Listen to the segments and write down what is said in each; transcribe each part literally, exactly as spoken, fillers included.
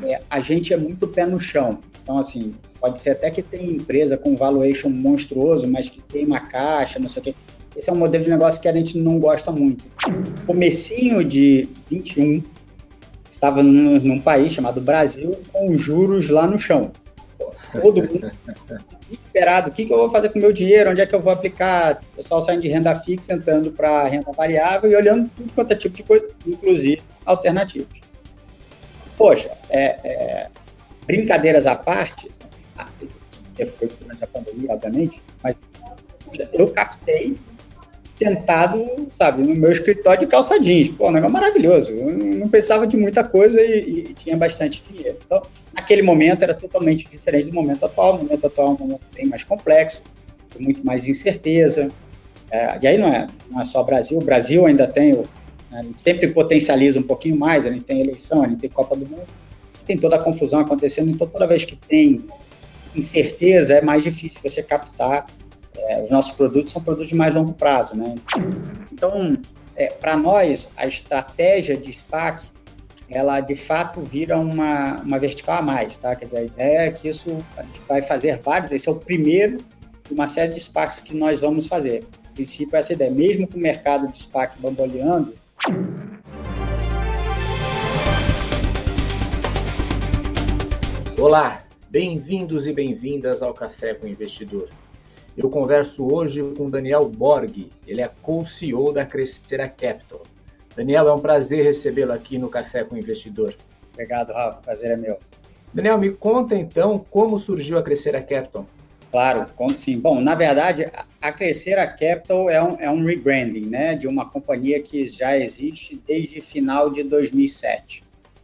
é, a gente é muito pé no chão. Então, assim, pode ser até que tem empresa com valuation monstruoso, mas que tem uma caixa, não sei o quê. Esse é um modelo de negócio que a gente não gosta muito. Comecinho de vinte e um, estava num, num país chamado Brasil, com juros lá no chão. Todo mundo desesperado. O que, que eu vou fazer com o meu dinheiro? Onde é que eu vou aplicar? O pessoal saindo de renda fixa, entrando para renda variável e olhando tudo quanto é tipo de coisa, inclusive alternativas. Poxa, é, é, brincadeiras à parte, foi durante a pandemia, obviamente, mas eu captei sentado, sabe, no meu escritório de calça jeans. Pô, um negócio maravilhoso. Eu não precisava de muita coisa e, e tinha bastante dinheiro. Então, naquele momento era totalmente diferente do momento atual. O momento atual é um momento bem mais complexo, com muito mais incerteza. É, e aí não é, não é só Brasil. O Brasil ainda tem, o, a gente sempre potencializa um pouquinho mais. A gente tem eleição, a gente tem Copa do Mundo, tem toda a confusão acontecendo. Então, toda vez que tem incerteza, é mais difícil você captar. É, os nossos produtos são produtos de mais longo prazo, né? Então, é, para nós, a estratégia de SPAC, ela de fato vira uma, uma vertical a mais, tá? Quer dizer, a ideia é que isso a gente vai fazer vários, esse é o primeiro de uma série de SPACs que nós vamos fazer. No princípio, essa ideia, mesmo com o mercado de SPAC bamboleando. Olá, bem-vindos e bem-vindas ao Café com o Investidor. Eu converso hoje com Daniel Borghi, ele é co-C E O da Crescera Capital. Daniel, é um prazer recebê-lo aqui no Café com o Investidor. Obrigado, Rafa, o prazer é meu. Daniel, me conta então como surgiu a Crescera Capital. Claro, conto sim. Bom, na verdade, a Crescera Capital é um, é um rebranding, né, de uma companhia que já existe desde final de dois mil e sete.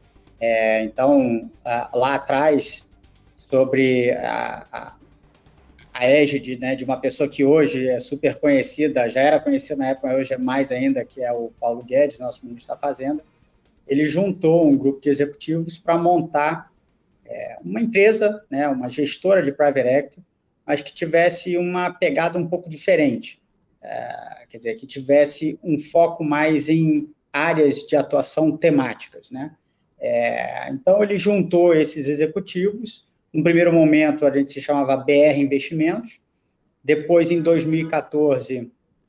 É, então, lá atrás, sobre a, a a égide, né, de uma pessoa que hoje é super conhecida, já era conhecida na época, mas hoje é mais ainda, que é o Paulo Guedes, nosso ministro da Fazenda. Ele juntou um grupo de executivos para montar é, uma empresa, né, uma gestora de private equity, mas que tivesse uma pegada um pouco diferente. É, quer dizer, que tivesse um foco mais em áreas de atuação temáticas, né? É, então, ele juntou esses executivos. No primeiro momento, a gente se chamava B R Investimentos. Depois, em dois mil e quatorze,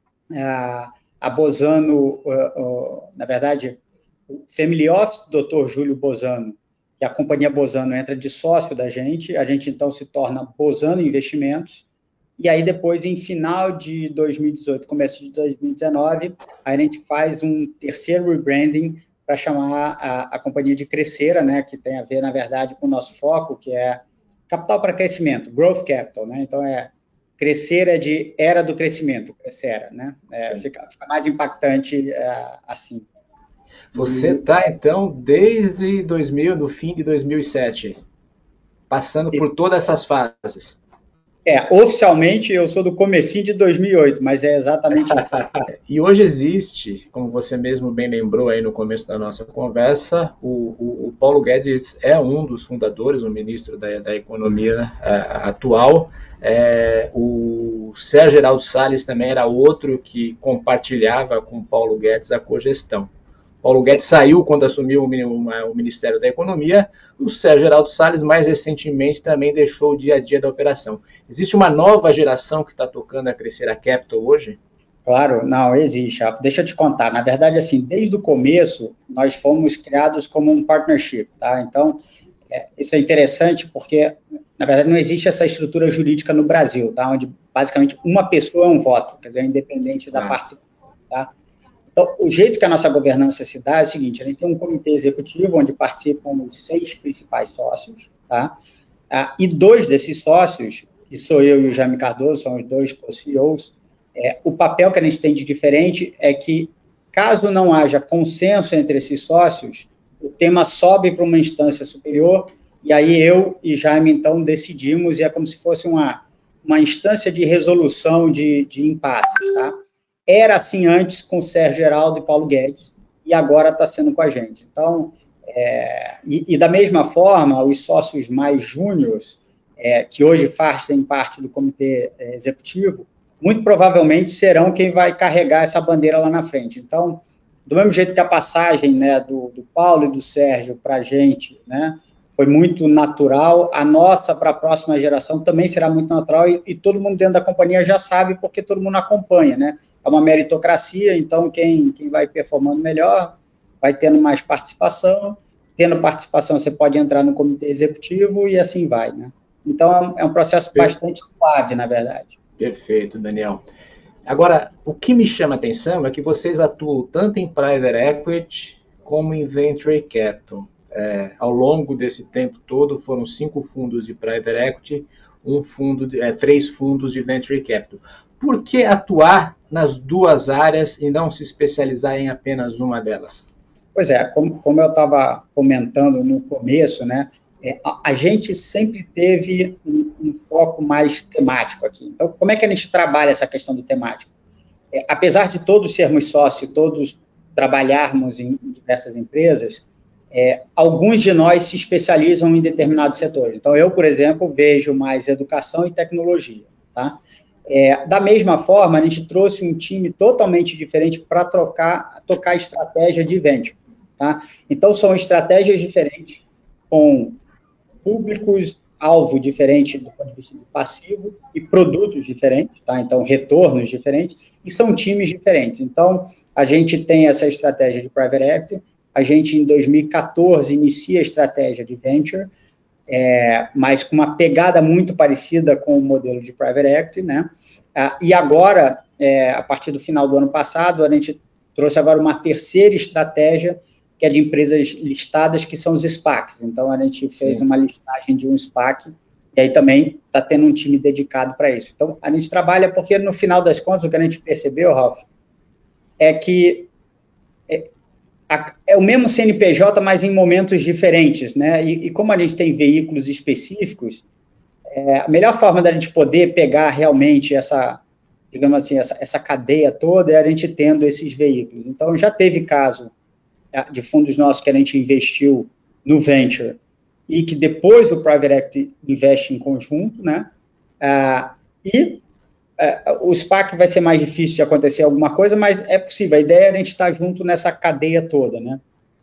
a, a Bozano, uh, uh, na verdade, o Family Office do doutor Júlio Bozano, que a companhia Bozano entra de sócio da gente, a gente, então, se torna Bozano Investimentos. E aí, depois, em final de dois mil e dezoito, começo de dois mil e dezenove, a gente faz um terceiro rebranding para chamar a, a companhia de Crescera, né, que tem a ver, na verdade, com o nosso foco, que é capital para crescimento, growth capital, né? Então, é Crescera de era do crescimento, Crescera, né? É, fica, fica mais impactante é, assim. Você está, então, desde dois mil, no fim de dois mil e sete, passando e, por todas essas fases. É, oficialmente eu sou do comecinho de dois mil e oito, mas é exatamente isso. E hoje existe, como você mesmo bem lembrou aí no começo da nossa conversa, o, o, o Paulo Guedes é um dos fundadores, o ministro da, da Economia é, atual. É, o Sérgio Geraldo Salles também era outro que compartilhava com o Paulo Guedes a cogestão. Paulo Guedes saiu quando assumiu o Ministério da Economia, o Sérgio Geraldo Salles, mais recentemente, também deixou o dia a dia da operação. Existe uma nova geração que está tocando a Crescera Capital hoje? Claro, não, existe. Deixa eu te contar. Na verdade, assim, desde o começo, nós fomos criados como um partnership, tá? Então, é, isso é interessante porque, na verdade, não existe essa estrutura jurídica no Brasil, tá? Onde, basicamente, uma pessoa é um voto, quer dizer, independente da ah. participação, tá? Então, o jeito que a nossa governança se dá é o seguinte, a gente tem um comitê executivo onde participam os seis principais sócios, tá? Ah, e dois desses sócios, que sou eu e o Jaime Cardoso, são os dois co-C E Os, é, o papel que a gente tem de diferente é que, caso não haja consenso entre esses sócios, o tema sobe para uma instância superior, e aí eu e Jaime, então, decidimos, e é como se fosse uma, uma instância de resolução de, de impasses, tá? Era assim antes com o Sérgio Geraldo e Paulo Guedes, e agora está sendo com a gente. Então, é, e, e da mesma forma, os sócios mais júniores, é, que hoje fazem parte do comitê é, executivo, muito provavelmente serão quem vai carregar essa bandeira lá na frente. Então, do mesmo jeito que a passagem, né, do, do Paulo e do Sérgio para a gente, né, foi muito natural, a nossa para a próxima geração também será muito natural e, e todo mundo dentro da companhia já sabe porque todo mundo acompanha, né? É uma meritocracia, então quem, quem vai performando melhor vai tendo mais participação, tendo participação você pode entrar no comitê executivo e assim vai, né? Então é um processo bastante suave, na verdade. Perfeito, Daniel. Agora, o que me chama a atenção é que vocês atuam tanto em private equity como em venture capital. É, ao longo desse tempo todo, foram cinco fundos de private equity, um fundo de, é, três fundos de venture capital. Por que atuar nas duas áreas e não se especializar em apenas uma delas? Pois é, como, como eu estava comentando no começo, né, é, a, a gente sempre teve um, um foco mais temático aqui. Então, como é que a gente trabalha essa questão do temático? É, apesar de todos sermos sócios, todos trabalharmos em diversas empresas, é, alguns de nós se especializam em determinados setores. Então, eu, por exemplo, vejo mais educação e tecnologia, tá? É, da mesma forma, a gente trouxe um time totalmente diferente para trocar, tocar estratégia de venture, tá? Então, são estratégias diferentes, com públicos-alvo diferentes do ponto de vista do passivo e produtos diferentes, tá? Então, retornos diferentes, e são times diferentes. Então, a gente tem essa estratégia de private equity, a gente, em dois mil e quatorze, inicia a estratégia de venture, é, mas com uma pegada muito parecida com o modelo de private equity, né? Ah, e agora, é, a partir do final do ano passado, a gente trouxe agora uma terceira estratégia, que é de empresas listadas, que são os SPACs. Então, a gente fez Sim. uma listagem de um SPAC, e aí também está tendo um time dedicado para isso. Então, a gente trabalha porque, no final das contas, o que a gente percebeu, Ralf, é que é, a, é o mesmo C N P J, mas em momentos diferentes, né? E, e como a gente tem veículos específicos, é, a melhor forma da gente poder pegar realmente essa, digamos assim, essa, essa cadeia toda é a gente tendo esses veículos. Então, já teve caso de fundos nossos que a gente investiu no venture e que depois o private equity investe em conjunto, né? Ah, e ah, o SPAC vai ser mais difícil de acontecer alguma coisa, mas é possível. A ideia é a gente estar junto nessa cadeia toda, né?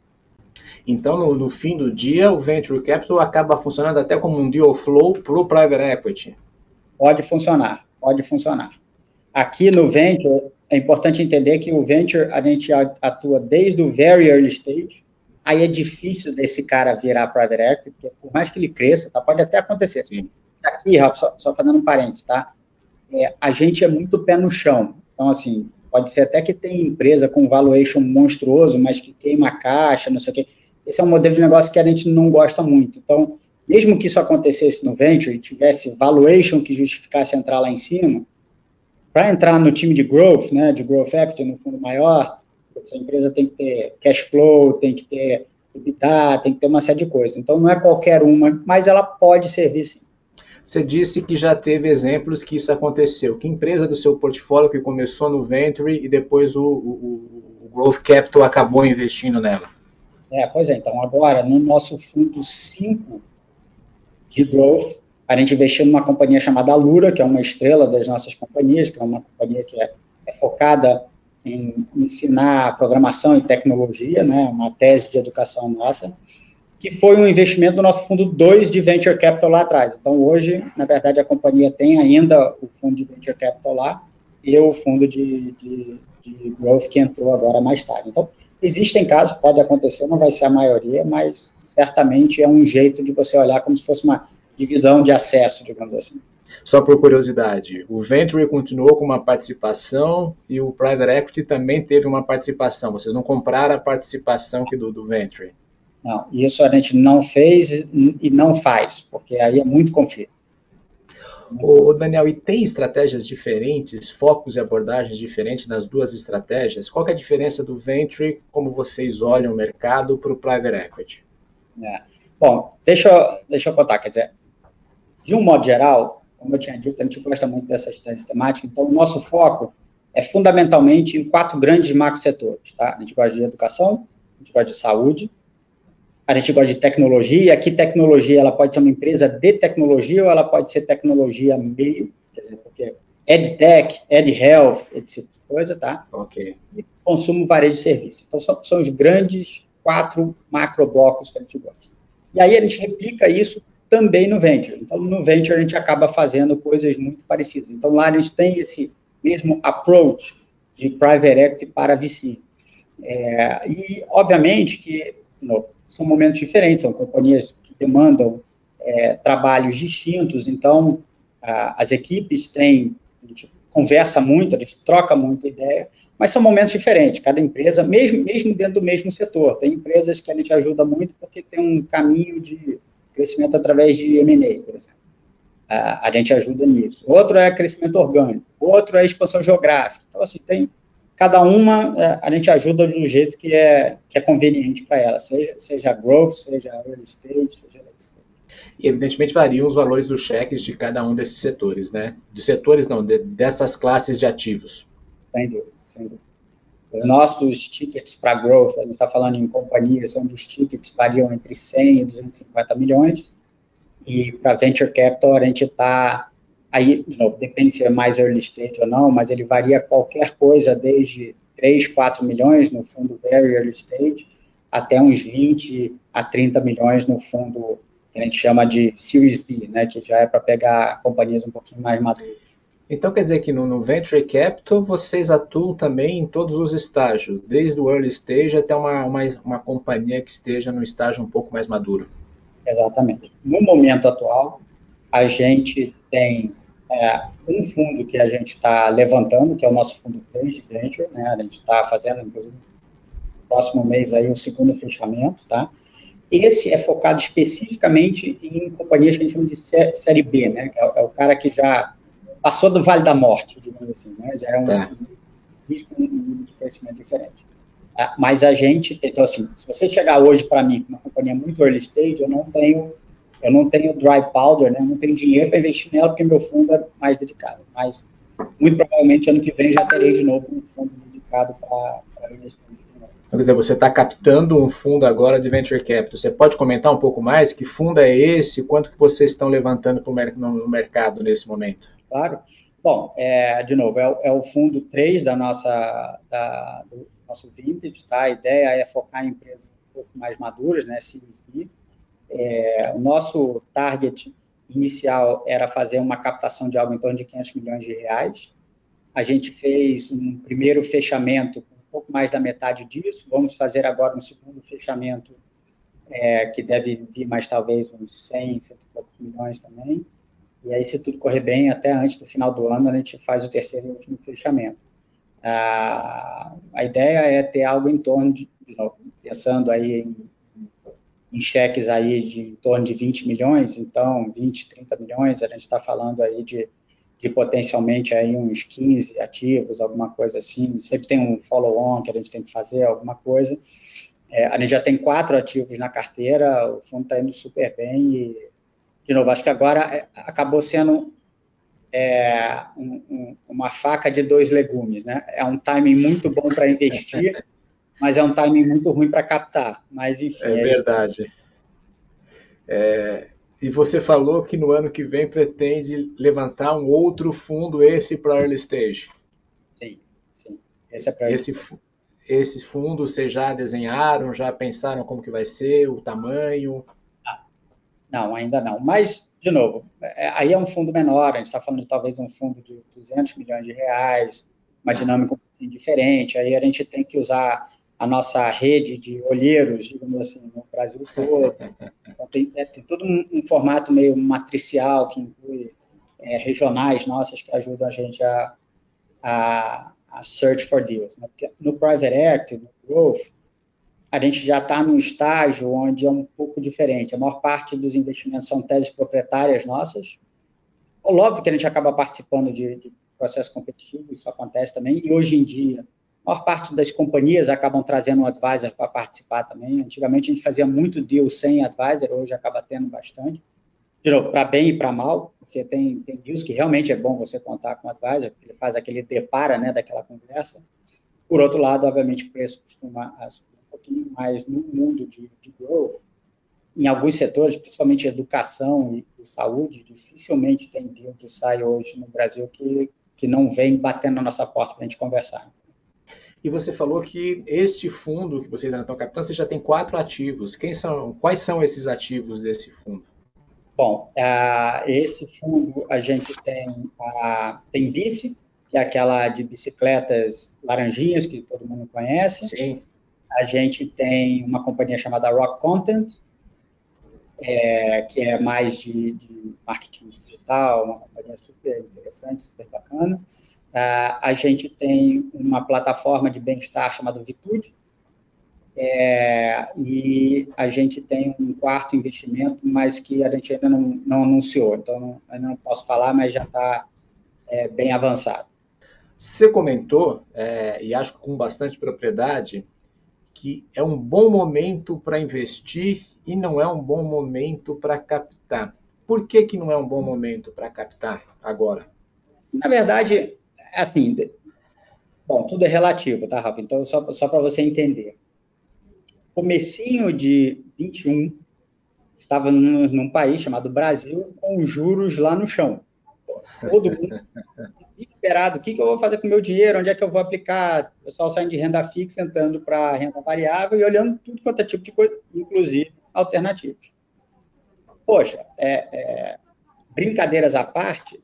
Então, no, no fim do dia, o venture capital acaba funcionando até como um deal flow para o private equity. Pode funcionar, pode funcionar. Aqui no venture, é importante entender que o venture, a gente atua desde o very early stage, aí é difícil desse cara virar private equity, porque por mais que ele cresça, tá, pode até acontecer. Sim. Aqui, Rafa, só, só fazendo um parênteses, tá? É, a gente é muito pé no chão. Então, assim, pode ser até que tem empresa com valuation monstruoso, mas que queima a caixa, não sei o quê. Esse é um modelo de negócio que a gente não gosta muito. Então, mesmo que isso acontecesse no venture e tivesse valuation que justificasse entrar lá em cima, para entrar no time de growth, né, de growth equity, no fundo maior, essa empresa tem que ter cash flow, tem que ter EBITDA, tem que ter uma série de coisas. Então, não é qualquer uma, mas ela pode servir sim. Você disse que já teve exemplos que isso aconteceu. Que empresa do seu portfólio que começou no venture e depois o, o, o growth capital acabou investindo nela? É, pois é. Então, agora, no nosso fundo cinco de growth, a gente investiu numa companhia chamada Alura, que é uma estrela das nossas companhias, que é uma companhia que é, é focada em ensinar programação e tecnologia, né, uma tese de educação nossa, que foi um investimento do nosso fundo dois de Venture Capital lá atrás. Então, hoje, na verdade, a companhia tem ainda o fundo de Venture Capital lá e o fundo de, de, de Growth que entrou agora mais tarde. Então, existem casos, pode acontecer, não vai ser a maioria, mas certamente é um jeito de você olhar como se fosse uma divisão de acesso, digamos assim. Só por curiosidade, o Venture continuou com uma participação e o Private Equity também teve uma participação. Vocês não compraram a participação que do, do Venture? Não, isso a gente não fez e não faz, porque aí é muito conflito. Ô, Daniel, e tem estratégias diferentes, focos e abordagens diferentes nas duas estratégias? Qual que é a diferença do Venture, como vocês olham o mercado, para o Private Equity? É. Bom, deixa eu, deixa eu contar, quer dizer, de um modo geral, como eu tinha dito, a gente gosta muito dessas temáticas, então o nosso foco é fundamentalmente em quatro grandes macrosetores, tá? A gente gosta de educação, a gente gosta de saúde, a gente gosta de tecnologia, e aqui tecnologia, ela pode ser uma empresa de tecnologia ou ela pode ser tecnologia meio, quer dizer, porque EdTech, EdHealth, esse tipo de coisa, tá? Ok. E consumo, varejo de serviço. Então, são, são os grandes quatro macroblocos que a gente gosta. E aí a gente replica isso também no Venture. Então, no Venture a gente acaba fazendo coisas muito parecidas. Então, lá a gente tem esse mesmo approach de Private Equity para V C. É, e, obviamente, que não, são momentos diferentes, são companhias que demandam é, trabalhos distintos, então a, as equipes têm, a gente conversa muito, a gente troca muita ideia, mas são momentos diferentes, cada empresa, mesmo, mesmo dentro do mesmo setor, tem empresas que a gente ajuda muito porque tem um caminho de crescimento através de M and A, por exemplo. A, a gente ajuda nisso. Outro é crescimento orgânico, outro é expansão geográfica. Então, assim, tem cada uma, a gente ajuda do jeito que é, que é conveniente para ela, seja, seja growth, seja early stage, seja late stage. E, evidentemente, variam os valores dos cheques de cada um desses setores, né? De setores, não, de, dessas classes de ativos. Sem dúvida, sem dúvida. Os nossos tickets para growth, a gente está falando em companhias onde os tickets variam entre cem e duzentos e cinquenta milhões, e para venture capital a gente está, aí, de novo, depende se é mais early stage ou não, mas ele varia qualquer coisa desde três, quatro milhões no fundo very early stage, até uns vinte a trinta milhões no fundo que a gente chama de Series B, né, que já é para pegar companhias um pouquinho mais maduras. Então quer dizer que no, no Venture Capital vocês atuam também em todos os estágios, desde o early stage até uma, uma, uma companhia que esteja no estágio um pouco mais maduro. Exatamente. No momento atual, a gente tem é, um fundo que a gente está levantando, que é o nosso fundo três de Venture, né? A gente está fazendo, inclusive, no próximo mês aí o segundo fechamento, tá? Esse é focado especificamente em companhias que a gente chama de série B, né? É, é o cara que já passou do Vale da Morte, digamos assim, né? Já é um, tá. um risco, um nível de crescimento diferente. Tá? Mas a gente, então assim, se você chegar hoje para mim com uma companhia muito early stage, eu não tenho, eu não tenho dry powder, né? Eu não tenho dinheiro para investir nela porque meu fundo é mais dedicado. Mas muito provavelmente ano que vem já terei de novo um fundo dedicado para early stage. Então, quer dizer, você está captando um fundo agora de Venture Capital. Você pode comentar um pouco mais? Que fundo é esse? Quanto que vocês estão levantando pro mer- no mercado nesse momento? Claro. Bom, é, de novo, é, é o fundo três da nossa, da, do nosso Vintage, tá? A ideia é focar em empresas um pouco mais maduras, né? Series B. É, o nosso target inicial era fazer uma captação de algo em torno de quinhentos milhões de reais. A gente fez um primeiro fechamento com um pouco mais da metade disso. Vamos fazer agora um segundo fechamento é, que deve vir mais talvez uns cem, cento e poucos milhões também. E aí, se tudo correr bem, até antes do final do ano, a gente faz o terceiro e último fechamento. A, a ideia é ter algo em torno de, de novo, pensando aí em, em cheques aí de em torno de vinte milhões, então vinte, trinta milhões, a gente está falando aí de, de potencialmente aí uns quinze ativos, alguma coisa assim. Sempre tem um follow-on que a gente tem que fazer, alguma coisa. É, a gente já tem quatro ativos na carteira, o fundo está indo super bem e, de novo, acho que agora acabou sendo é, um, um, uma faca de dois legumes, né? É um timing muito bom para investir, mas é um timing muito ruim para captar. Mas, enfim, é, é verdade. Isso. É, e você falou que no ano que vem pretende levantar um outro fundo, esse para early stage. Sim, sim. Esse é para esse, esse fundo vocês já desenharam, já pensaram como que vai ser, o tamanho? Não, ainda não. Mas, de novo, é, aí é um fundo menor, a gente está falando de talvez um fundo de duzentos milhões de reais, uma dinâmica um pouquinho diferente, aí a gente tem que usar a nossa rede de olheiros, digamos assim, no Brasil todo. Então, tem, é, tem todo um, um formato meio matricial, que inclui é, regionais nossas que ajudam a gente a, a, a search for deals. Né? Porque no Private Equity, no Growth, a gente já está num estágio onde é um pouco diferente. A maior parte dos investimentos são teses proprietárias nossas. Óbvio que a gente acaba participando de, de processo competitivo, isso acontece também. E hoje em dia, a maior parte das companhias acabam trazendo um advisor para participar também. Antigamente a gente fazia muito deal sem advisor, hoje acaba tendo bastante. De novo, para bem e para mal, porque tem, tem deals que realmente é bom você contar com o advisor, porque ele faz aquele depara, né, daquela conversa. Por outro lado, obviamente, o preço costuma subir um pouquinho, mas no mundo de, de growth, em alguns setores, principalmente educação e, e saúde, dificilmente tem deal que sai hoje no Brasil que, que não vem batendo na nossa porta para a gente conversar. E você falou que este fundo que vocês ainda estão captando, você já tem quatro ativos. Quem são, quais são esses ativos desse fundo? Bom, uh, esse fundo a gente tem a tem Bici, que é aquela de bicicletas laranjinhas que todo mundo conhece. Sim. A gente tem uma companhia chamada Rock Content, é, que é mais de, de marketing digital, uma companhia super interessante, super bacana. Uh, a gente tem uma plataforma de bem-estar chamada Vitude, é, e a gente tem um quarto investimento, mas que a gente ainda não, não anunciou, então não, ainda não posso falar, mas já está é, bem avançado. Você comentou, é, e acho que com bastante propriedade, que é um bom momento para investir e não é um bom momento para captar. Por que, que não é um bom momento para captar agora? Na verdade, assim, bom, tudo é relativo, tá, Rafa? Então, só, só para você entender. Comecinho de vinte e um, estava num, num país chamado Brasil, com juros lá no chão. Todo mundo desesperado. O que, que eu vou fazer com o meu dinheiro? Onde é que eu vou aplicar? O pessoal saindo de renda fixa, entrando para renda variável e olhando tudo quanto é tipo de coisa, inclusive alternativas. Poxa, é, é, brincadeiras à parte,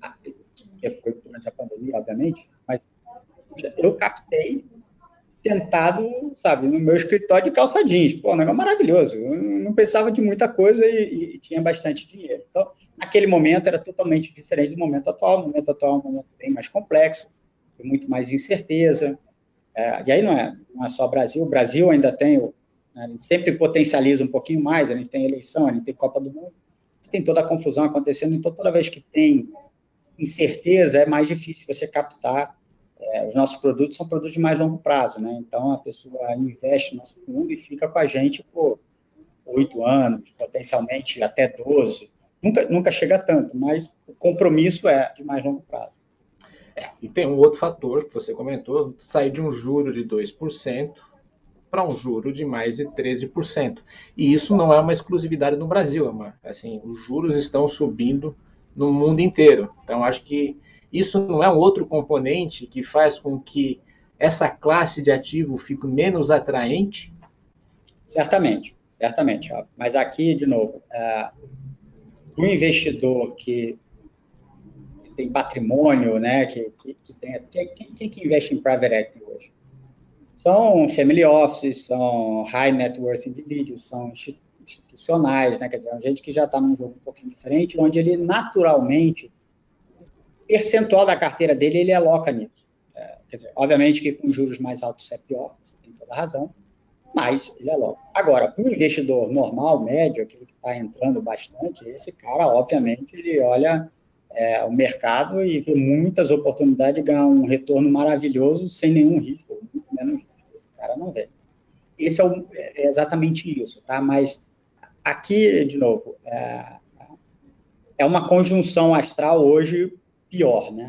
que foi durante a pandemia, obviamente, mas poxa, eu captei sentado, sabe, no meu escritório de calça jeans. Pô, um negócio maravilhoso. Eu não precisava de muita coisa e, e tinha bastante dinheiro. Então, naquele momento era totalmente diferente do momento atual. O momento atual é um momento bem mais complexo, com muito mais incerteza. É, e aí não é, não é só Brasil. O Brasil ainda tem, o, a gente sempre potencializa um pouquinho mais, a gente tem eleição, a gente tem Copa do Mundo, tem toda a confusão acontecendo, então toda vez que tem incerteza é mais difícil você captar. É, os nossos produtos são produtos de mais longo prazo, né? Então a pessoa investe no nosso fundo e fica com a gente por oito anos, potencialmente até doze. Nunca, nunca chega a tanto, mas o compromisso é de mais longo prazo. É, e tem um outro fator que você comentou, sair de um juro de dois por cento para um juro de mais de treze por cento. E isso não é uma exclusividade no Brasil, é uma, assim, os juros estão subindo no mundo inteiro. Então acho que isso não é um outro componente que faz com que essa classe de ativo fique menos atraente? Certamente, certamente, Rafa. Mas aqui, de novo, é, o investidor que tem patrimônio, né, que, que, que tem, quem, quem que investe em private equity hoje? São family offices, são high net worth individuals, são institucionais, né, quer dizer, gente que já está num jogo um pouquinho diferente, onde ele naturalmente, percentual da carteira dele, ele aloca nisso. É, quer dizer, obviamente que com juros mais altos é pior, você tem toda a razão, mas ele aloca. Agora, para um investidor normal, médio, aquele que está entrando bastante, esse cara, obviamente, ele olha é, o mercado e vê muitas oportunidades de ganhar um retorno maravilhoso sem nenhum risco, muito menos risco. Esse cara não vê. Esse é, o, é exatamente isso, tá? Mas aqui, de novo, é, é uma conjunção astral hoje pior, né?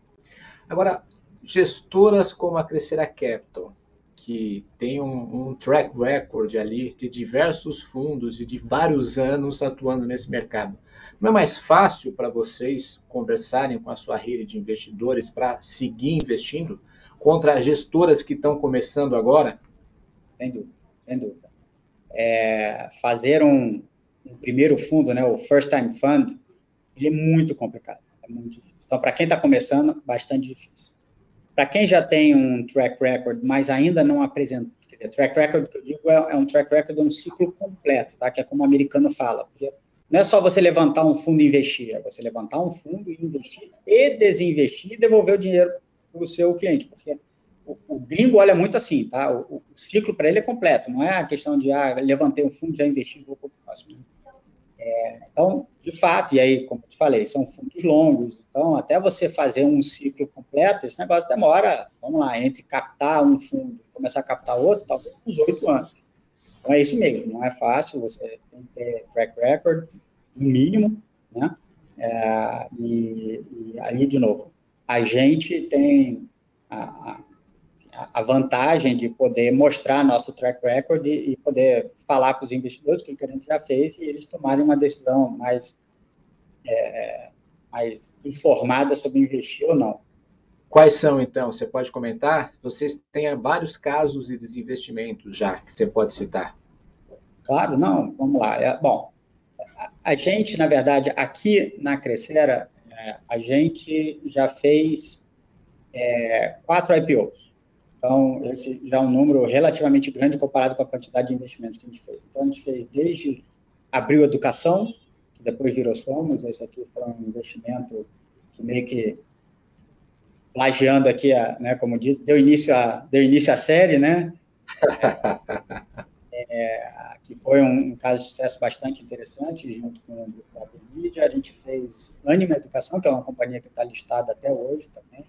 Agora, gestoras como a Crescera Capital, que tem um, um track record ali de diversos fundos e de vários anos atuando nesse mercado, não é mais fácil para vocês conversarem com a sua rede de investidores para seguir investindo contra gestoras que estão começando agora? Sem dúvida, sem dúvida. É, fazer um, um primeiro fundo, né, o First Time Fund, ele é muito complicado, é muito difícil. Então, para quem está começando, bastante difícil. Para quem já tem um track record, mas ainda não apresenta, quer dizer, track record que eu digo é, é um track record de um ciclo completo, tá? Que é como o americano fala. Porque não é só você levantar um fundo e investir, é você levantar um fundo e investir e desinvestir e devolver o dinheiro para o seu cliente, porque o, o gringo olha muito assim, tá? O, o ciclo para ele é completo, não é a questão de, ah, levantei um fundo, já investi, vou para o próximo. Então, de fato, e aí, como eu te falei, são fundos longos, então, até você fazer um ciclo completo, esse negócio demora, vamos lá, entre captar um fundo e começar a captar outro, talvez uns oito anos. Então, é isso mesmo, não é fácil, você tem que ter track record, no mínimo, né? É, e, e aí, de novo, a gente tem a, a vantagem de poder mostrar nosso track record e, e poder falar para os investidores o que a gente já fez e eles tomarem uma decisão mais, é, mais informada sobre investir ou não. Quais são, então? Você pode comentar? Vocês têm vários casos de desinvestimento já que você pode citar. Claro, não, vamos lá. É, bom, a gente, na verdade, aqui na Crescera, é, a gente já fez é, quatro I P Os. Então, esse já é um número relativamente grande comparado com a quantidade de investimentos que a gente fez. Então, a gente fez desde Abril Educação, que depois virou Somos, esse aqui foi um investimento que meio que, plagiando aqui, a, né, como diz, deu início, a, deu início à série, né? Que foi um, um caso de sucesso bastante interessante, junto com o grupo da Mídia. A gente fez Anima Educação, que é uma companhia que está listada até hoje também.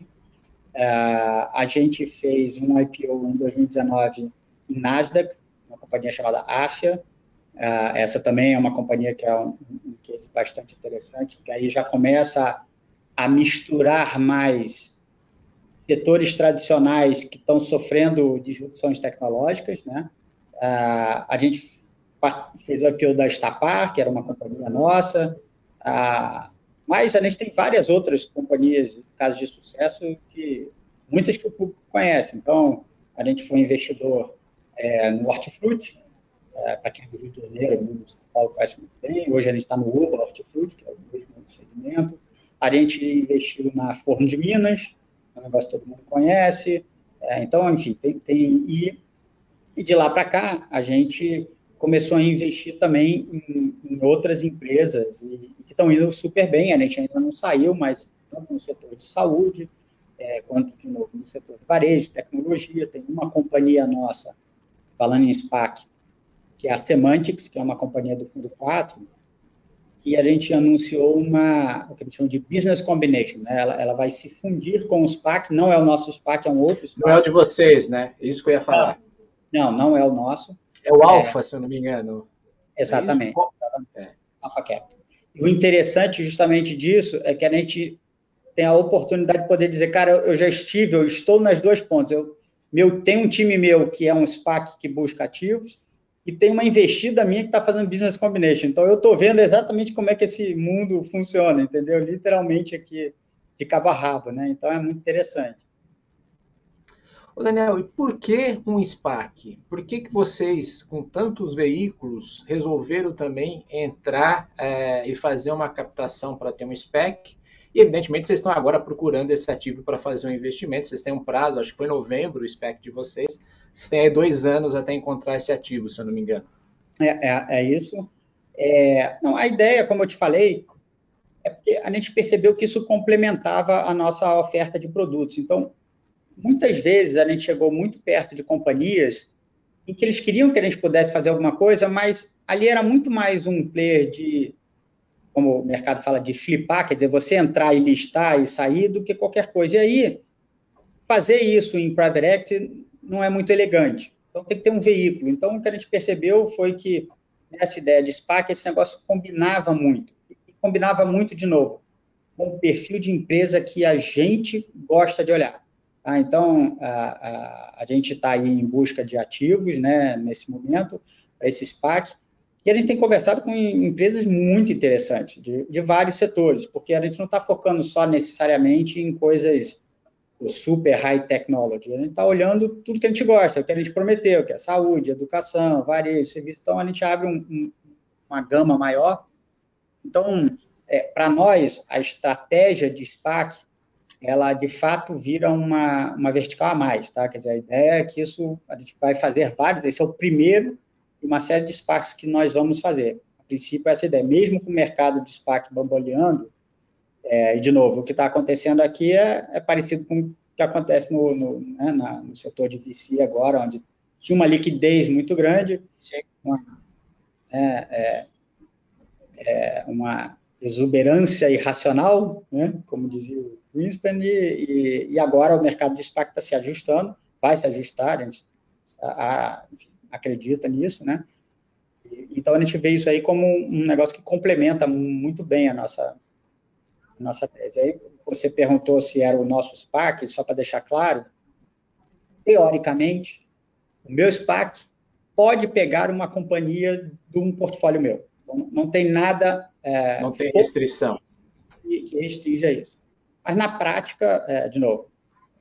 Uh, a gente fez um I P O em dois mil e dezenove em Nasdaq, uma companhia chamada Afia. Uh, essa também é uma companhia que é um, um case bastante interessante, que aí já começa a, a misturar mais setores tradicionais que estão sofrendo disrupções tecnológicas, né? Uh, a gente fez o I P O da Estapar, que era uma companhia nossa, uh, mas a gente tem várias outras companhias, casos de sucesso, que muitas que o público conhece. Então, a gente foi investidor é, no Hortifruti, é, para quem é do Rio de Janeiro, o São Paulo conhece muito bem. Hoje a gente está no Uber Hortifruti, que é o mesmo segmento. A gente investiu na Forno de Minas, é um negócio que todo mundo conhece. É, então, enfim, tem... tem e, e de lá para cá, a gente começou a investir também em, em outras empresas e, e que estão indo super bem. A gente ainda não saiu, mas tanto no setor de saúde, é, quanto, de novo, no setor de varejo, tecnologia. Tem uma companhia nossa, falando em SPAC, que é a Semantics, que é uma companhia do Fundo quatro, que a gente anunciou uma, o que a gente chama de Business Combination. Né? Ela, ela vai se fundir com o SPAC, não é o nosso SPAC, é um outro SPAC. Não é o de vocês, né? É isso que eu ia falar. Não, não é o nosso. É o Alpha, é, se eu não me engano. Exatamente. É é. Alpha Cap. E o interessante justamente disso é que a gente tem a oportunidade de poder dizer, cara, eu já estive, eu estou nas duas pontas. Eu meu, tem um time meu que é um SPAC que busca ativos e tem uma investida minha que está fazendo business combination. Então, eu estou vendo exatamente como é que esse mundo funciona, entendeu? Literalmente aqui, de cabo a rabo, né? Então, é muito interessante. Ô Daniel, e por que um SPAC? Por que, que vocês, com tantos veículos, resolveram também entrar é, e fazer uma captação para ter um SPAC? E, evidentemente, vocês estão agora procurando esse ativo para fazer um investimento. Vocês têm um prazo, acho que foi novembro o SPAC de vocês. Vocês têm aí dois anos até encontrar esse ativo, se eu não me engano. É, é, é isso. É, não, a ideia, como eu te falei, é porque a gente percebeu que isso complementava a nossa oferta de produtos. Então, muitas vezes a gente chegou muito perto de companhias em que eles queriam que a gente pudesse fazer alguma coisa, mas ali era muito mais um player de, como o mercado fala, de flipar, quer dizer, você entrar e listar e sair do que qualquer coisa. E aí, fazer isso em private equity não é muito elegante. Então, tem que ter um veículo. Então, o que a gente percebeu foi que nessa ideia de SPAC, esse negócio combinava muito. E combinava muito, de novo, com o perfil de empresa que a gente gosta de olhar. Tá? Então, a, a, a gente está aí em busca de ativos, né, nesse momento, para esse SPAC, e a gente tem conversado com empresas muito interessantes, de, de vários setores, porque a gente não está focando só necessariamente em coisas super high technology, a gente está olhando tudo que a gente gosta, o que a gente prometeu, que é saúde, educação, varejo, serviço, então a gente abre um, um, uma gama maior. Então, é, para nós, a estratégia de SPAC, ela de fato vira uma, uma vertical a mais, tá? Quer dizer, a ideia é que isso, a gente vai fazer vários, esse é o primeiro de uma série de SPACs que nós vamos fazer. A princípio, essa ideia, mesmo com o mercado de SPAC bamboleando, é, e de novo, o que está acontecendo aqui é, é parecido com o que acontece no, no, né, na, no setor de V C agora, onde tinha uma liquidez muito grande, uma, é, é, uma exuberância irracional, né, como dizia o Greenspan, e, e, e agora o mercado de SPAC está se ajustando, vai se ajustar, a gente a, a, enfim, acredita nisso, né? E, então a gente vê isso aí como um negócio que complementa muito bem a nossa, a nossa tese. Aí você perguntou se era o nosso SPAC, só para deixar claro, teoricamente, o meu SPAC pode pegar uma companhia de um portfólio meu. Então, não tem nada... É, não tem restrição. Que, que restringe isso. Mas, na prática, é, de novo,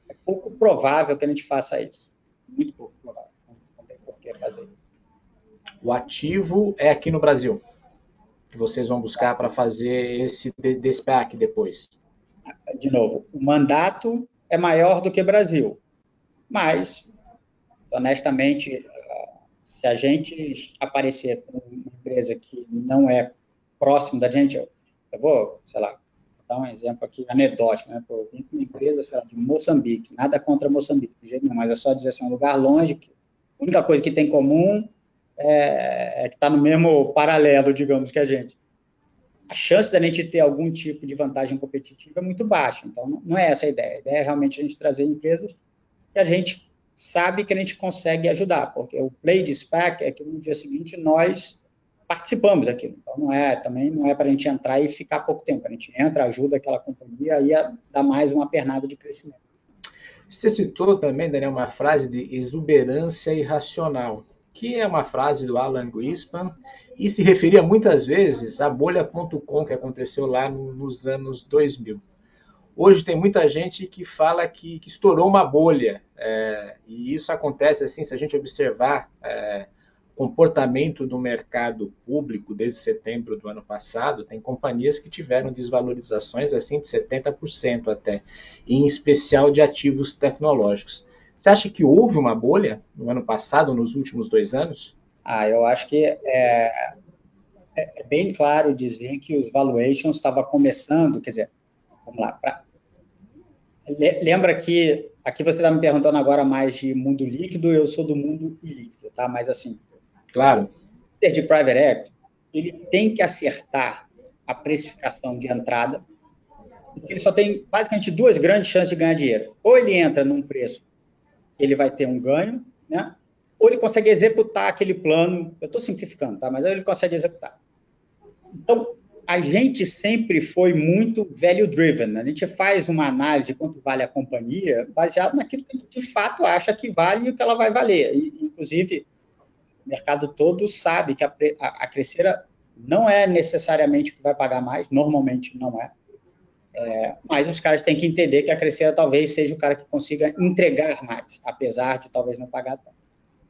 é pouco provável que a gente faça isso. Muito pouco provável. Não tem por que fazer isso. O ativo é aqui no Brasil, que vocês vão buscar para fazer esse de-SPAC depois. De novo, o mandato é maior do que o Brasil, mas, honestamente, se a gente aparecer com uma empresa que não é próximo da gente, eu, eu vou, sei lá, dar um exemplo aqui anedótico, né? Pô, eu vim com uma empresa, sei lá, de Moçambique, nada contra Moçambique, de jeito nenhum, mas é só dizer assim, um lugar longe, que a única coisa que tem em comum é, é que está no mesmo paralelo, digamos, que a gente. A chance da gente ter algum tipo de vantagem competitiva é muito baixa. Então, não é essa a ideia. A ideia é realmente a gente trazer empresas que a gente sabe que a gente consegue ajudar, porque o play de SPAC é que no dia seguinte nós participamos daquilo. Então, não é, também não é para a gente entrar e ficar pouco tempo. A gente entra, ajuda aquela companhia e dá mais uma pernada de crescimento. Você citou também, Daniel, uma frase de exuberância irracional, que é uma frase do Alan Greenspan e se referia muitas vezes à bolha ponto com que aconteceu lá nos anos dois mil. Hoje tem muita gente que fala que, que estourou uma bolha, é, e isso acontece assim, se a gente observar é, o comportamento do mercado público desde setembro do ano passado, tem companhias que tiveram desvalorizações assim de setenta por cento até, em especial de ativos tecnológicos. Você acha que houve uma bolha no ano passado, nos últimos dois anos? Ah, eu acho que é, é bem claro dizer que os valuations estavam começando, quer dizer, vamos lá, pra, lembra que aqui você está me perguntando agora mais de mundo líquido, eu sou do mundo ilíquido, tá? Mas assim, claro, o de private equity, ele tem que acertar a precificação de entrada, porque ele só tem basicamente duas grandes chances de ganhar dinheiro. Ou ele entra num preço que ele vai ter um ganho, né? Ou ele consegue executar aquele plano, eu estou simplificando, tá? Mas ele consegue executar. Então, a gente sempre foi muito value-driven. A gente faz uma análise de quanto vale a companhia baseado naquilo que a gente de fato acha que vale e o que ela vai valer. E, inclusive, o mercado todo sabe que a, a, a Crescera não é necessariamente o que vai pagar mais, normalmente não é. É, mas os caras têm que entender que a Crescera talvez seja o cara que consiga entregar mais, apesar de talvez não pagar tanto.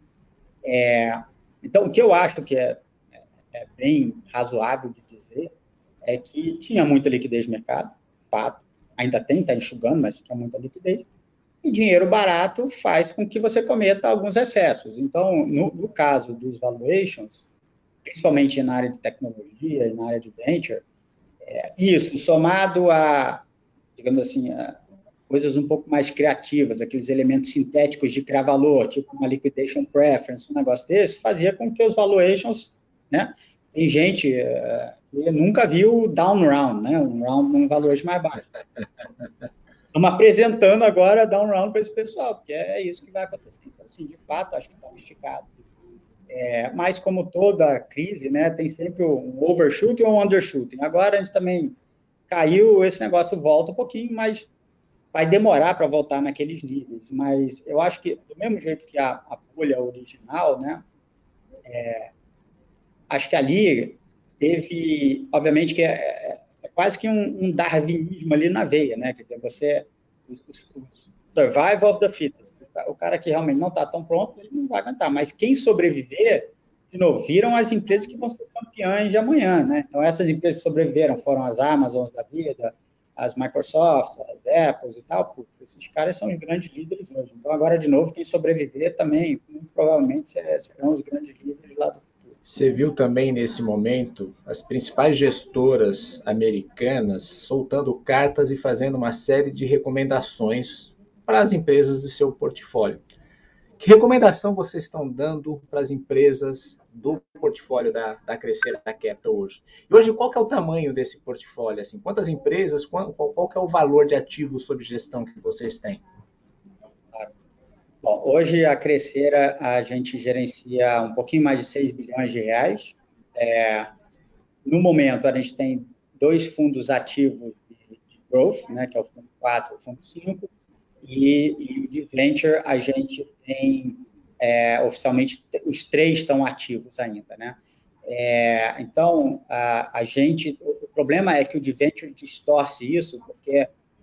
É, então, o que eu acho que é, é bem razoável de dizer é que tinha muita liquidez no mercado, fato, ainda tem, está enxugando, mas tinha muita liquidez, e dinheiro barato faz com que você cometa alguns excessos. Então, no, no caso dos valuations, principalmente na área de tecnologia e na área de venture, é, isso, somado a, digamos assim, a coisas um pouco mais criativas, aqueles elementos sintéticos de criar valor, tipo uma liquidation preference, um negócio desse, fazia com que os valuations, né? Tem gente uh, que nunca viu o down round, né? Um round num valuation mais baixo. Estamos apresentando agora down round para esse pessoal, porque é isso que vai acontecer. Então, assim, de fato, acho que está esticado. É, mas, como toda crise, né, tem sempre um overshooting ou um undershooting. Agora, a gente também caiu, esse negócio volta um pouquinho, mas vai demorar para voltar naqueles níveis. Mas eu acho que, do mesmo jeito que a, a bolha original, né, é, acho que ali teve, obviamente, que é, é quase que um, um darwinismo ali na veia, né? Quer dizer, você, o, o survival of the fittest, o cara que realmente não está tão pronto, ele não vai aguentar. Mas quem sobreviver, de novo, viram as empresas que vão ser campeãs de amanhã, né? Então, essas empresas que sobreviveram foram as Amazons da vida, as Microsofts, as Apples e tal, putz, esses caras são os grandes líderes hoje. Então, agora, de novo, quem sobreviver também, provavelmente, serão os grandes líderes lá do futuro. Você viu também nesse momento as principais gestoras americanas soltando cartas e fazendo uma série de recomendações para as empresas do seu portfólio. Que recomendação vocês estão dando para as empresas do portfólio da, da Crescera Capital hoje? E hoje, qual que é o tamanho desse portfólio? Assim, quantas empresas, qual, qual que é o valor de ativos sob gestão que vocês têm? Bom, hoje a Crescera a gente gerencia um pouquinho mais de seis bilhões de reais. É, no momento, a gente tem dois fundos ativos de, de growth, né, que é o fundo quatro e o fundo cinco, e, e o de venture a gente tem, é, oficialmente, os três estão ativos ainda, né? É, então, a, a gente, o problema é que o de venture distorce isso, porque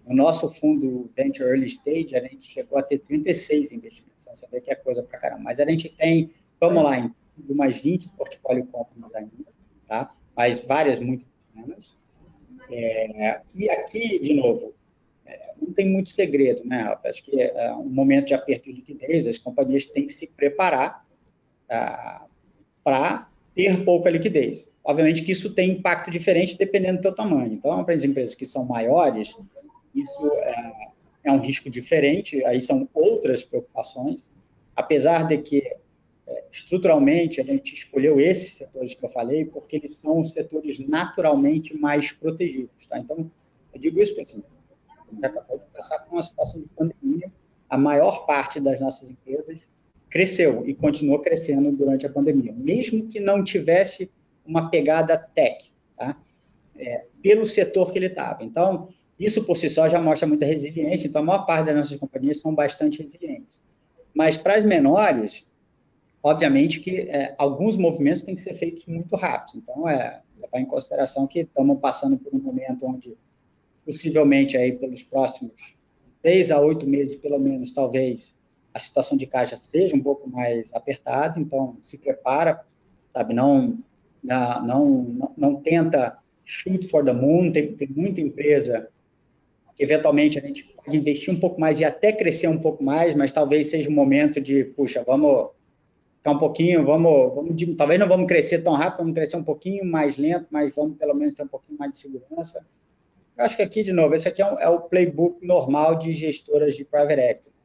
no nosso fundo Venture Early Stage, a gente chegou a ter trinta e seis investimentos. Então, você vê que é coisa pra caramba. Mas a gente tem, vamos lá, em umas vinte portfólio companies ainda, tá? Mas várias muito pequenas. É, e aqui, de novo, é, não tem muito segredo, né, Rafa? Acho que é um momento de aperto de liquidez, as companhias têm que se preparar ah, para ter pouca liquidez. Obviamente que isso tem impacto diferente dependendo do seu tamanho. Então, para as empresas que são maiores, isso é, é um risco diferente, aí são outras preocupações, apesar de que, é, estruturalmente, a gente escolheu esses setores que eu falei porque eles são os setores naturalmente mais protegidos. Tá? Então, eu digo isso porque, assim, a gente acabou de passar por uma situação de pandemia, a maior parte das nossas empresas cresceu e continuou crescendo durante a pandemia, mesmo que não tivesse uma pegada tech, tá? É, pelo setor que ele estava. Então, isso por si só já mostra muita resiliência, então a maior parte das nossas companhias são bastante resilientes. Mas para as menores, obviamente que é, alguns movimentos têm que ser feitos muito rápido. Então, é levar em consideração que estamos passando por um momento onde, possivelmente, aí, pelos próximos seis a oito meses, pelo menos, talvez, a situação de caixa seja um pouco mais apertada, então se prepara, sabe, não, não, não, não tenta shoot for the moon, tem, tem muita empresa que eventualmente a gente pode investir um pouco mais e até crescer um pouco mais, mas talvez seja o momento de, puxa, vamos ficar um pouquinho, vamos, vamos, talvez não vamos crescer tão rápido, vamos crescer um pouquinho mais lento, mas vamos pelo menos ter um pouquinho mais de segurança. Eu acho que aqui, de novo, esse aqui é, um, é o playbook normal de gestoras de private equity.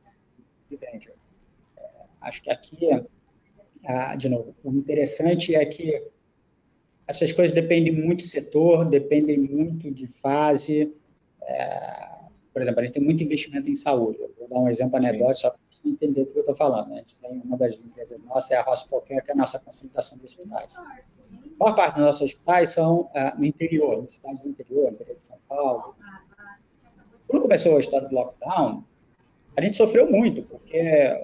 Acho que aqui, de novo, o interessante é que essas coisas dependem muito do setor, dependem muito de fase. É, por exemplo, a gente tem muito investimento em saúde. Eu vou dar um exemplo anedótico só para você entender do que eu estou falando. A gente tem uma das empresas nossas, é a Hospital Care, que é a nossa consolidação de hospitais. A maior parte dos nossos hospitais são uh, no interior, nas cidades do interior, no interior de São Paulo. Quando começou a história do lockdown, a gente sofreu muito, porque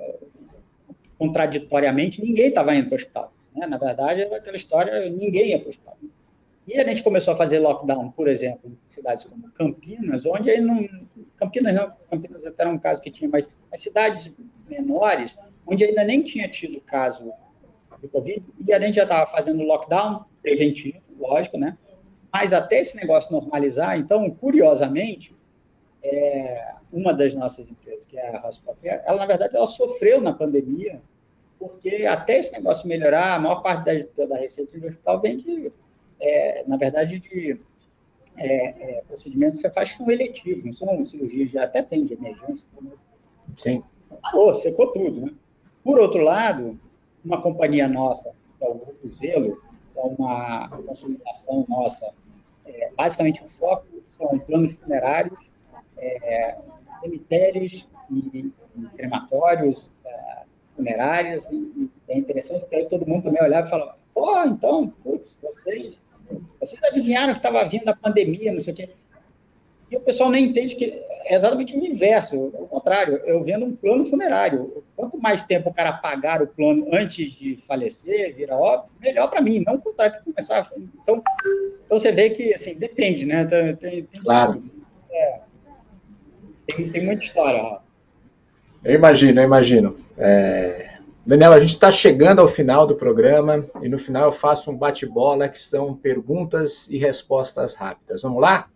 contraditoriamente, ninguém estava indo para o hospital. Né? Na verdade, era aquela história, ninguém ia para o hospital. E a gente começou a fazer lockdown, por exemplo, em cidades como Campinas, onde aí não... Campinas não, Campinas até era um caso que tinha, mas as cidades menores, onde ainda nem tinha tido caso de Covid, e a gente já estava fazendo lockdown preventivo, lógico, né? Mas até esse negócio normalizar, então, curiosamente, é, uma das nossas empresas, que é a Hospital Care, ela, na verdade, ela sofreu na pandemia, porque até esse negócio melhorar, a maior parte da, da receita do hospital vem de, é, na verdade, de é, é, procedimentos que você faz que são eletivos, não são cirurgias, já até tem de emergência. Né? Sim. Parou, secou tudo. Né? Por outro lado, uma companhia nossa, que é o Grupo Zelo, é uma consolidação nossa, é, basicamente o foco são planos funerários, é, cemitérios e, e crematórios, é, funerárias, e, e é interessante porque aí todo mundo também olhava e falava, pô, então, putz, vocês, vocês adivinharam que estava vindo a pandemia, não sei o quê. E o pessoal nem entende que é exatamente o inverso, ao contrário, eu vendo um plano funerário. Quanto mais tempo o cara pagar o plano antes de falecer, virar óbito, melhor para mim, não o contrário, tem que começar a... Então, então você vê que, assim, depende, né? Tem, tem, tem claro. É, tem, tem muita história, ó. Eu imagino, eu imagino. É... Daniel, a gente está chegando ao final do programa e no final eu faço um bate-bola que são perguntas e respostas rápidas. Vamos lá?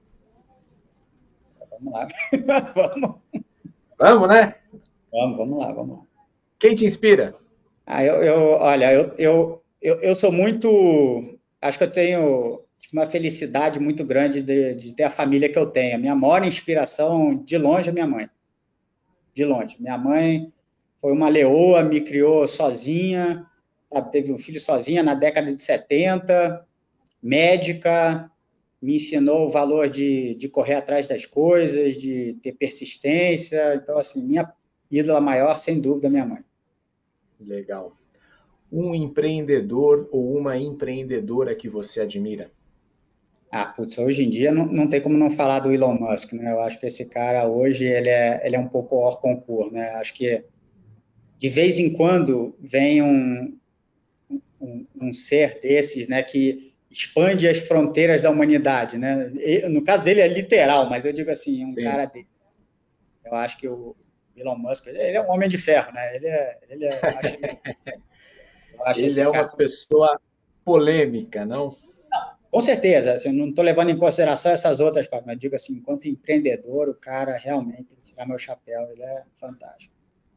Vamos lá. vamos. Vamos, né? Vamos, vamos lá, vamos lá. Quem te inspira? Ah, eu, eu olha, eu, eu, eu, eu sou muito... Acho que eu tenho uma felicidade muito grande de, de ter a família que eu tenho. A minha maior inspiração, de longe, é minha mãe. De longe. Minha mãe foi uma leoa, me criou sozinha, sabe? Teve um filho sozinha na década de setenta, médica, me ensinou o valor de, de correr atrás das coisas, de ter persistência. Então, assim, minha ídola maior, sem dúvida, é minha mãe. Legal. Um empreendedor ou uma empreendedora que você admira? Ah, putz, hoje em dia não, não tem como não falar do Elon Musk, né? Eu acho que esse cara hoje, ele é, ele é um pouco hors concours, né? Acho que de vez em quando vem um, um, um ser desses, né, que expande as fronteiras da humanidade, né? E, no caso dele é literal, mas eu digo assim, um Sim. cara desse. Eu acho que o Elon Musk, ele é um homem de ferro, né? Ele é, ele é, eu acho, eu acho ele é uma cara... pessoa polêmica, não? Não, com certeza. Assim, eu não estou levando em consideração essas outras partes, mas digo assim, enquanto empreendedor, o cara realmente, tirar meu chapéu, ele é fantástico.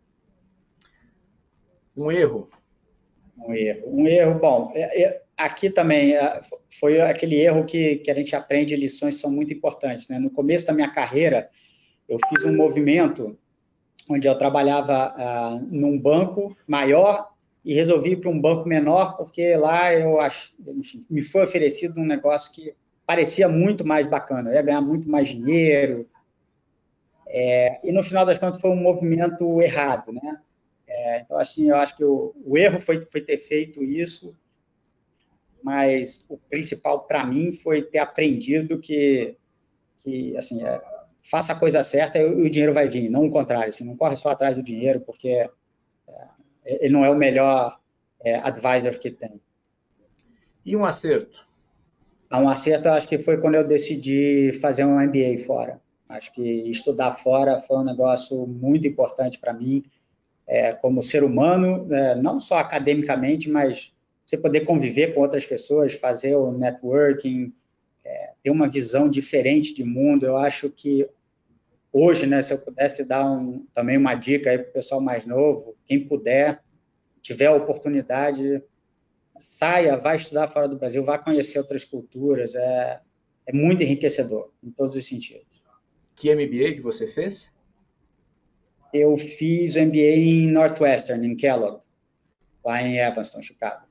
Um erro. Um erro. Um erro, bom, é, é, aqui também é, foi aquele erro que, que a gente aprende, lições que são muito importantes, né? No começo da minha carreira, eu fiz um movimento onde eu trabalhava ah, num banco maior e resolvi ir para um banco menor, porque lá eu ach... Enfim, me foi oferecido um negócio que parecia muito mais bacana, eu ia ganhar muito mais dinheiro, é, e no final das contas foi um movimento errado, né? É, então, assim, eu acho que o, o erro foi, foi ter feito isso, mas o principal para mim foi ter aprendido que, que assim, é, faça a coisa certa e o dinheiro vai vir, não o contrário, assim, não corre só atrás do dinheiro, porque é, ele não é o melhor é, advisor que tem. E um acerto? Ah, um acerto, acho que foi quando eu decidi fazer um M B A fora. Acho que estudar fora foi um negócio muito importante para mim, é, como ser humano, é, não só academicamente, mas você poder conviver com outras pessoas, fazer o networking, é, ter uma visão diferente de mundo. Eu acho que hoje, né, se eu pudesse dar um, também uma dica aí para o pessoal mais novo, quem puder, tiver a oportunidade, saia, vai estudar fora do Brasil, vá conhecer outras culturas, é, é muito enriquecedor, em todos os sentidos. Que M B A que você fez? Eu fiz o M B A em Northwestern, em Kellogg, lá em Evanston, Chicago.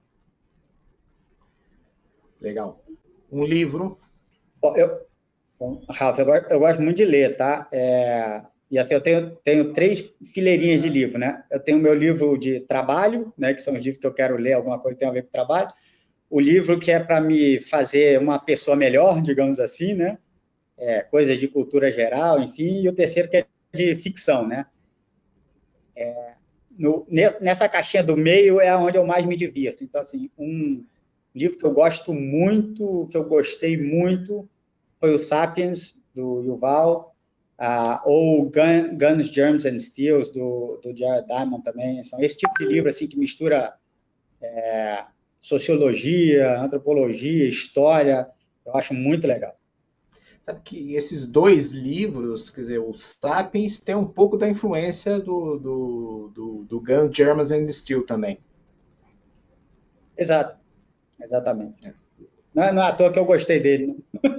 Legal. Um livro? Bom, eu, bom, Ralf, eu, eu gosto muito de ler, tá? É, e assim, eu tenho, tenho três fileirinhas de livro, né? Eu tenho o meu livro de trabalho, né? Que são os livros que eu quero ler, alguma coisa que tem a ver com trabalho. O livro que é para me fazer uma pessoa melhor, digamos assim, né? É, coisas de cultura geral, enfim. E o terceiro que é de ficção, né? É, no, nessa caixinha do meio é onde eu mais me divirto. Então, assim, um livro que eu gosto muito, que eu gostei muito, foi o Sapiens, do Yuval, uh, ou Gun, Guns, Germs and Steels, do, do Jared Diamond também. São esse tipo de livro assim, que mistura é, sociologia, antropologia, história. Eu acho muito legal. Sabe que esses dois livros, quer dizer, o Sapiens tem um pouco da influência do, do, do, do Guns, Germs and Steel também. Exato, exatamente. É. Não, é, não é à toa que eu gostei dele.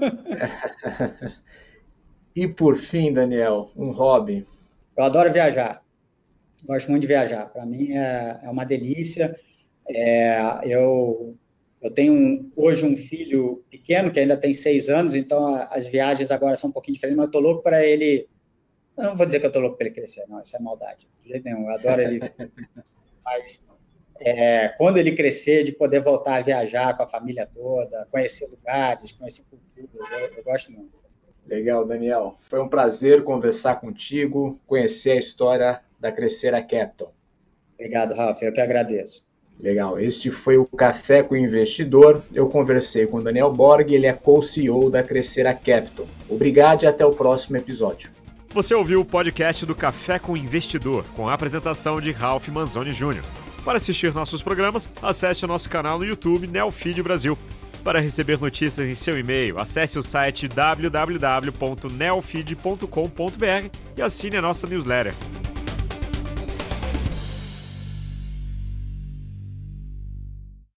E por fim, Daniel, um hobby? Eu adoro viajar. Gosto muito de viajar. Para mim é, é uma delícia. É, eu... Eu tenho um, hoje um filho pequeno, que ainda tem seis anos, então a, as viagens agora são um pouquinho diferentes, mas eu estou louco para ele... Eu não vou dizer que eu estou louco para ele crescer, não, isso é maldade, de jeito nenhum, eu adoro ele. Mas é, quando ele crescer, de poder voltar a viajar com a família toda, conhecer lugares, conhecer culturas, eu, eu gosto muito. Legal, Daniel. Foi um prazer conversar contigo, conhecer a história da Crescera Capital. Obrigado, Ralf, eu que agradeço. Legal, este foi o Café com o Investidor. Eu conversei com o Daniel Borg, ele é co-C E O da Crescera Capital. Obrigado e até o próximo episódio. Você ouviu o podcast do Café com o Investidor, com a apresentação de Ralf Manzoni Júnior Para assistir nossos programas, acesse o nosso canal no YouTube Neofeed Brasil. Para receber notícias em seu e-mail, acesse o site w w w ponto neofeed ponto com ponto b r e assine a nossa newsletter.